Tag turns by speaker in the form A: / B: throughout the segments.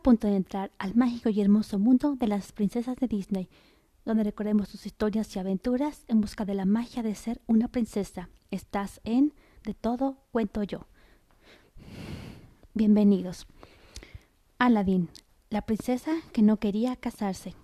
A: punto de entrar al mágico y hermoso mundo de las princesas de Disney, donde recorremos sus historias y aventuras en busca de la magia de ser una princesa. Estás en De Todo Cuento Yo. Bienvenidos. Aladín, la princesa que no quería casarse.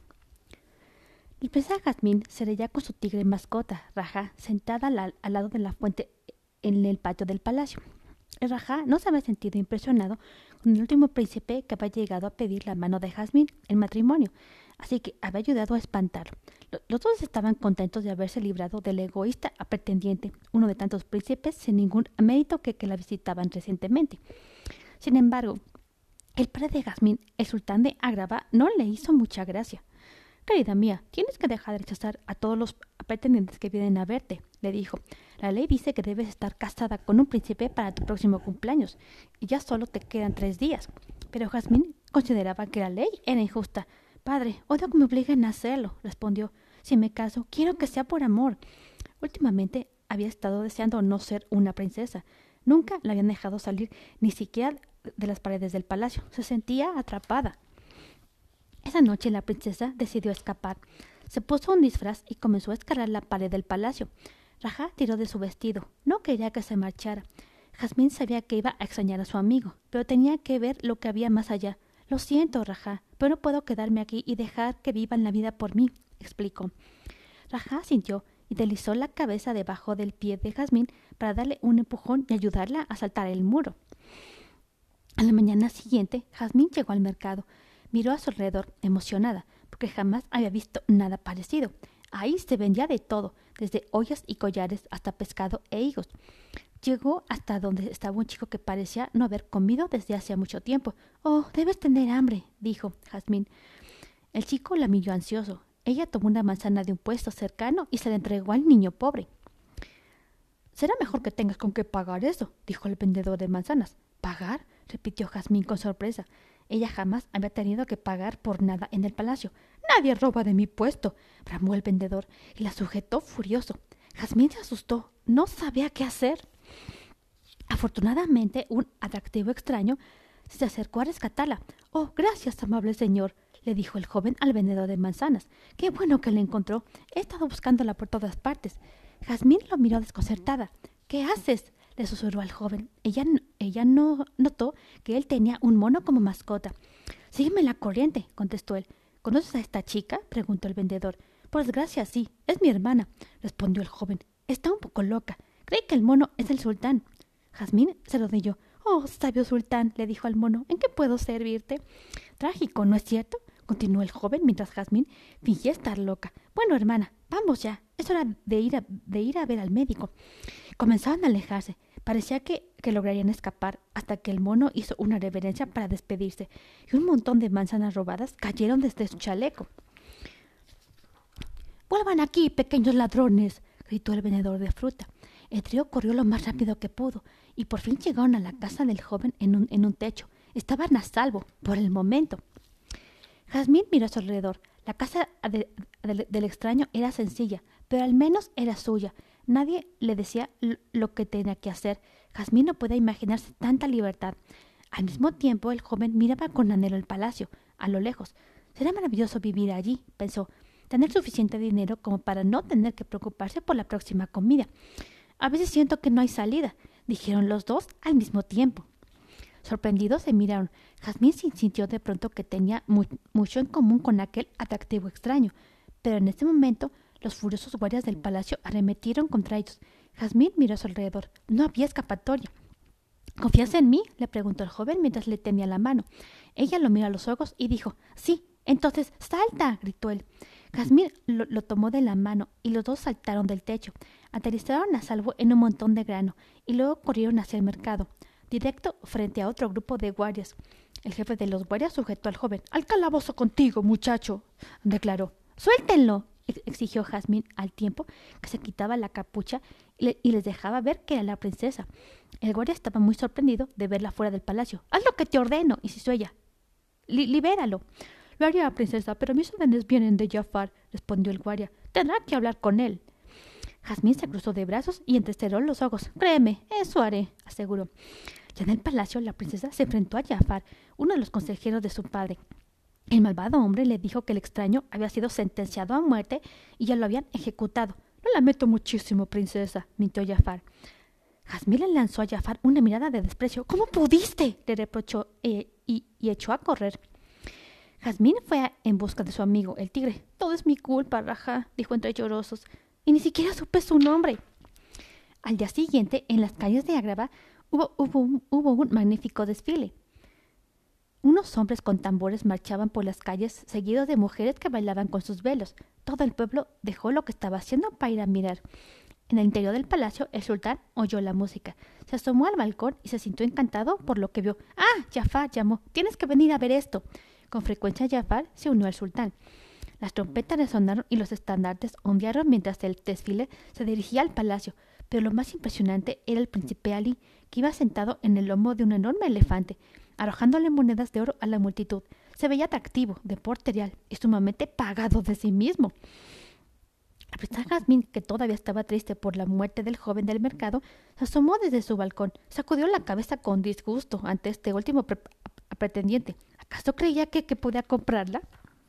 A: La princesa Jasmine se reía con su tigre mascota, Rajá, sentada al lado de la fuente en el patio del palacio. El Rajá no se había sentido impresionado con el último príncipe que había llegado a pedir la mano de Jasmine en matrimonio, así que había ayudado a espantarlo. Los dos estaban contentos de haberse librado del egoísta pretendiente, uno de tantos príncipes sin ningún mérito que la visitaban recientemente. Sin embargo, el padre de Jasmine, el sultán de Agrabah, no le hizo mucha gracia. «Querida mía, tienes que dejar de rechazar a todos los pretendientes que vienen a verte», le dijo. «La ley dice que debes estar casada con un príncipe para tu próximo cumpleaños, y ya solo te quedan 3 días». Pero Jasmine consideraba que la ley era injusta. «Padre, odio que me obliguen a hacerlo», respondió. «Si me caso, quiero que sea por amor». Últimamente había estado deseando no ser una princesa. Nunca la habían dejado salir ni siquiera de las paredes del palacio. Se sentía atrapada. Esa noche la princesa decidió escapar. Se puso un disfraz y comenzó a escalar la pared del palacio. Rajá tiró de su vestido. No quería que se marchara. Jasmine sabía que iba a extrañar a su amigo, pero tenía que ver lo que había más allá. «Lo siento, Rajá, pero no puedo quedarme aquí y dejar que vivan la vida por mí», explicó. Rajá sintió y deslizó la cabeza debajo del pie de Jasmine para darle un empujón y ayudarla a saltar el muro. A la mañana siguiente, Jasmine llegó al mercado. Miró a su alrededor, emocionada, porque jamás había visto nada parecido. Ahí se vendía de todo, desde ollas y collares hasta pescado e higos. Llegó hasta donde estaba un chico que parecía no haber comido desde hacía mucho tiempo. «Oh, debes tener hambre», dijo Jasmine. El chico la miró ansioso. Ella tomó una manzana de un puesto cercano y se la entregó al niño pobre. «Será mejor que tengas con qué pagar eso», dijo el vendedor de manzanas. «¿Pagar?», repitió Jasmine con sorpresa. Ella jamás había tenido que pagar por nada en el palacio. «Nadie roba de mi puesto», bramó el vendedor y la sujetó furioso. Jasmine se asustó. No sabía qué hacer. Afortunadamente, un atractivo extraño se acercó a rescatarla. «Oh, gracias, amable señor», le dijo el joven al vendedor de manzanas. «Qué bueno que la encontró. He estado buscándola por todas partes». Jasmine lo miró desconcertada. «¿Qué haces?», le susurró al joven. Ella no notó que él tenía un mono como mascota. «Sígueme la corriente», contestó él. «¿Conoces a esta chica?», preguntó el vendedor. «Por desgracia, sí. Es mi hermana», respondió el joven. «Está un poco loca. Cree que el mono es el sultán». Jasmine se arrodilló. «Oh, sabio sultán», le dijo al mono. «¿En qué puedo servirte?» «Trágico, ¿no es cierto?», continuó el joven mientras Jasmine fingía estar loca. «Bueno, hermana, vamos ya. Es hora de ir a ver al médico». Comenzaban a alejarse. Parecía que lograrían escapar hasta que el mono hizo una reverencia para despedirse y un montón de manzanas robadas cayeron desde su chaleco. «¡Vuelvan aquí, pequeños ladrones!», gritó el vendedor de fruta. El trío corrió lo más rápido que pudo y por fin llegaron a la casa del joven en un techo. Estaban a salvo, por el momento. Jasmine miró a su alrededor. La casa del extraño era sencilla, pero al menos era suya. Nadie le decía lo que tenía que hacer. Jasmine no podía imaginarse tanta libertad. Al mismo tiempo, el joven miraba con anhelo el palacio, a lo lejos. «Será maravilloso vivir allí», pensó. «Tener suficiente dinero como para no tener que preocuparse por la próxima comida». «A veces siento que no hay salida», dijeron los dos al mismo tiempo. Sorprendidos se miraron. Jasmine sintió de pronto que tenía mucho en común con aquel atractivo extraño, pero en ese momento los furiosos guardias del palacio arremetieron contra ellos. Jasmine miró a su alrededor. No había escapatoria. «¿Confías en mí?», le preguntó el joven mientras le tendía la mano. Ella lo miró a los ojos y dijo: «Sí, entonces salta», gritó él. Jasmine lo tomó de la mano y los dos saltaron del techo. Aterrizaron a salvo en un montón de grano y luego corrieron hacia el mercado, directo frente a otro grupo de guardias. El jefe de los guardias sujetó al joven. «Al calabozo contigo, muchacho», declaró. «Suéltenlo», exigió Jasmine al tiempo que se quitaba la capucha y les dejaba ver que era la princesa. El guardia estaba muy sorprendido de verla fuera del palacio. «Haz lo que te ordeno», insistió ella. «Libéralo». «Lo haría, princesa, pero mis órdenes vienen de Jafar», respondió el guardia. «Tendrá que hablar con él». Jasmine se cruzó de brazos y entrecerró los ojos. «Créeme, eso haré», aseguró. Ya en el palacio, la princesa se enfrentó a Jafar, uno de los consejeros de su padre. El malvado hombre le dijo que el extraño había sido sentenciado a muerte y ya lo habían ejecutado. Lo lamento muchísimo, princesa, mintió Jafar. Jazmín le lanzó a Jafar una mirada de desprecio. ¿Cómo pudiste?, le reprochó y echó a correr. Jazmín fue en busca de su amigo, el tigre. Todo es mi culpa, Raja, dijo entre llorosos, y ni siquiera supe su nombre. Al día siguiente, en las calles de Agrabah, hubo un magnífico desfile. Unos hombres con tambores marchaban por las calles, seguidos de mujeres que bailaban con sus velos. Todo el pueblo dejó lo que estaba haciendo para ir a mirar. En el interior del palacio, el sultán oyó la música. Se asomó al balcón y se sintió encantado por lo que vio. ¡Ah! Jafar, llamó. Tienes que venir a ver esto. Con frecuencia Jafar se unió al sultán. Las trompetas resonaron y los estandartes ondearon mientras el desfile se dirigía al palacio. Pero lo más impresionante era el príncipe Ali, que iba sentado en el lomo de un enorme elefante, arrojándole monedas de oro a la multitud. Se veía atractivo, de porte real y sumamente pagado de sí mismo. La princesa Jazmín, que todavía estaba triste por la muerte del joven del mercado, se asomó desde su balcón, sacudió la cabeza con disgusto ante este último pretendiente. ¿Acaso creía que podía comprarla?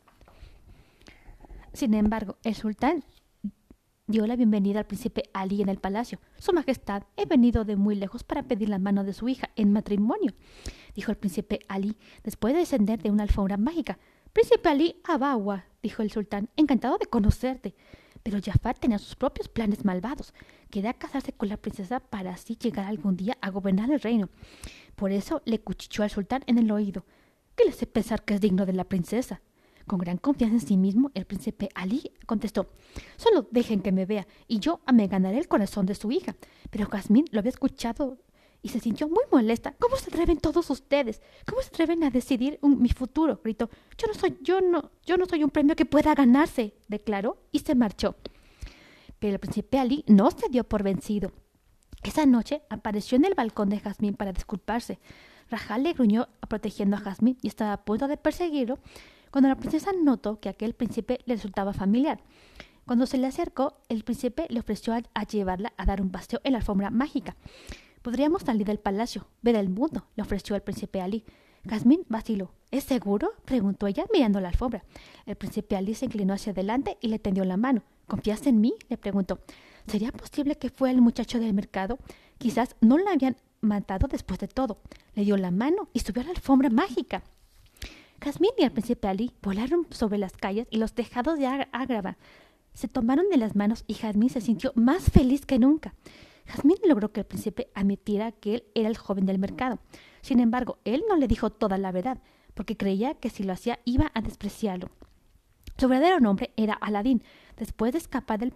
A: Sin embargo, el sultán dio la bienvenida al príncipe Ali en el palacio. Su Majestad, he venido de muy lejos para pedir la mano de su hija en matrimonio, dijo el príncipe Ali, después de descender de una alfombra mágica. Príncipe Ali Abawa, dijo el sultán, encantado de conocerte. Pero Jafar tenía sus propios planes malvados. Quería casarse con la princesa para así llegar algún día a gobernar el reino. Por eso le cuchicheó al sultán en el oído. ¿Qué le hace pensar que es digno de la princesa? Con gran confianza en sí mismo, el príncipe Ali contestó: solo dejen que me vea, y yo me ganaré el corazón de su hija. Pero Jazmín lo había escuchado y se sintió muy molesta. ¿Cómo se atreven todos ustedes? ¿Cómo se atreven a decidir mi futuro? Gritó. Yo no soy un premio que pueda ganarse, declaró, y se marchó. Pero el príncipe Ali no se dio por vencido. Esa noche apareció en el balcón de Jazmín para disculparse. Rajal le gruñó protegiendo a Jazmín y estaba a punto de perseguirlo cuando la princesa notó que aquel príncipe le resultaba familiar. Cuando se le acercó, el príncipe le ofreció a llevarla a dar un paseo en la alfombra mágica. Podríamos salir del palacio, ver el mundo, le ofreció el príncipe Ali. Jazmín vaciló. ¿Es seguro?, preguntó ella mirando la alfombra. El príncipe Ali se inclinó hacia adelante y le tendió la mano. ¿Confías en mí?, le preguntó. ¿Sería posible que fue el muchacho del mercado? Quizás no la habían matado después de todo. Le dio la mano y subió a la alfombra mágica. Jazmín y el príncipe Ali volaron sobre las calles y los tejados de Agrabah. Se tomaron de las manos y Jazmín se sintió más feliz que nunca. Jazmín logró que el príncipe admitiera que él era el joven del mercado. Sin embargo, él no le dijo toda la verdad, porque creía que si lo hacía iba a despreciarlo. Su verdadero nombre era Aladín. Después de escapar del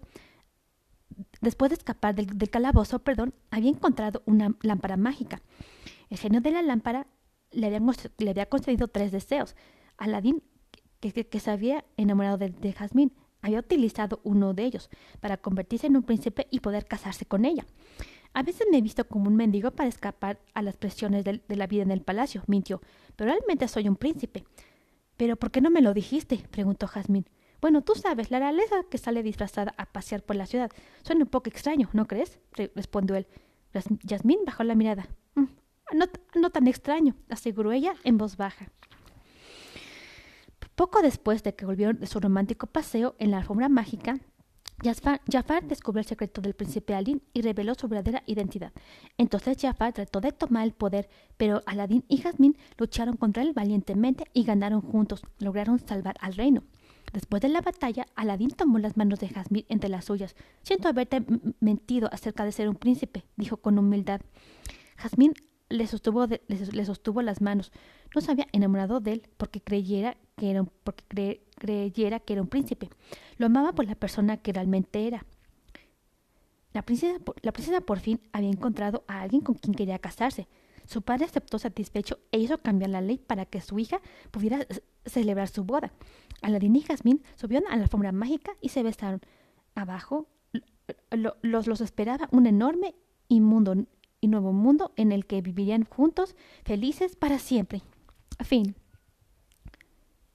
A: calabozo, había encontrado una lámpara mágica. El genio de la lámpara le había concedido 3 deseos. Aladín, que se había enamorado de Jazmín, había utilizado uno de ellos para convertirse en un príncipe y poder casarse con ella. A veces me he visto como un mendigo para escapar a las presiones de la vida en el palacio, mintió, pero realmente soy un príncipe. ¿Pero por qué no me lo dijiste?, preguntó Jazmín. Bueno, tú sabes, la realeza que sale disfrazada a pasear por la ciudad. Suena un poco extraño, ¿no crees?, respondió él. Jazmín bajó la mirada. No tan extraño, aseguró ella en voz baja. Poco después de que volvieron de su romántico paseo en la alfombra mágica, Jafar descubrió el secreto del príncipe Ali y reveló su verdadera identidad. Entonces Jafar trató de tomar el poder, pero Aladín y Jazmín lucharon contra él valientemente y ganaron juntos. Lograron salvar al reino. Después de la batalla, Aladín tomó las manos de Jazmín entre las suyas. Siento haberte mentido acerca de ser un príncipe, dijo con humildad. Jazmín le sostuvo las manos. No se había enamorado de él porque creyera que era un príncipe. Lo amaba por la persona que realmente era. La princesa por fin había encontrado a alguien con quien quería casarse. Su padre aceptó satisfecho e hizo cambiar la ley para que su hija pudiera celebrar su boda. Aladín y Jazmín subieron a la alfombra mágica y se besaron. Abajo los esperaba un enorme y nuevo mundo en el que vivirían juntos, felices para siempre. Fin.